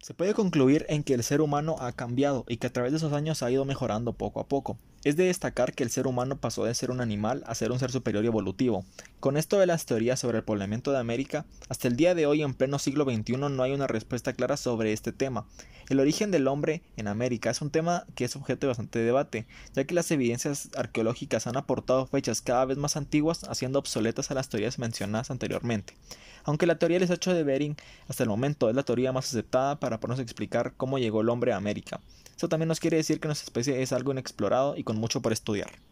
Se puede concluir en que el ser humano ha cambiado y que a través de esos años ha ido mejorando poco a poco. Es de destacar que el ser humano pasó de ser un animal a ser un ser superior y evolutivo. Con esto de las teorías sobre el poblamiento de América, hasta el día de hoy en pleno siglo XXI no hay una respuesta clara sobre este tema. El origen del hombre en América es un tema que es objeto de bastante debate, ya que las evidencias arqueológicas han aportado fechas cada vez más antiguas, haciendo obsoletas a las teorías mencionadas anteriormente. Aunque la teoría del estrecho de Bering hasta el momento es la teoría más aceptada para podernos explicar cómo llegó el hombre a América. Esto también nos quiere decir que nuestra especie es algo inexplorado y con mucho por estudiar.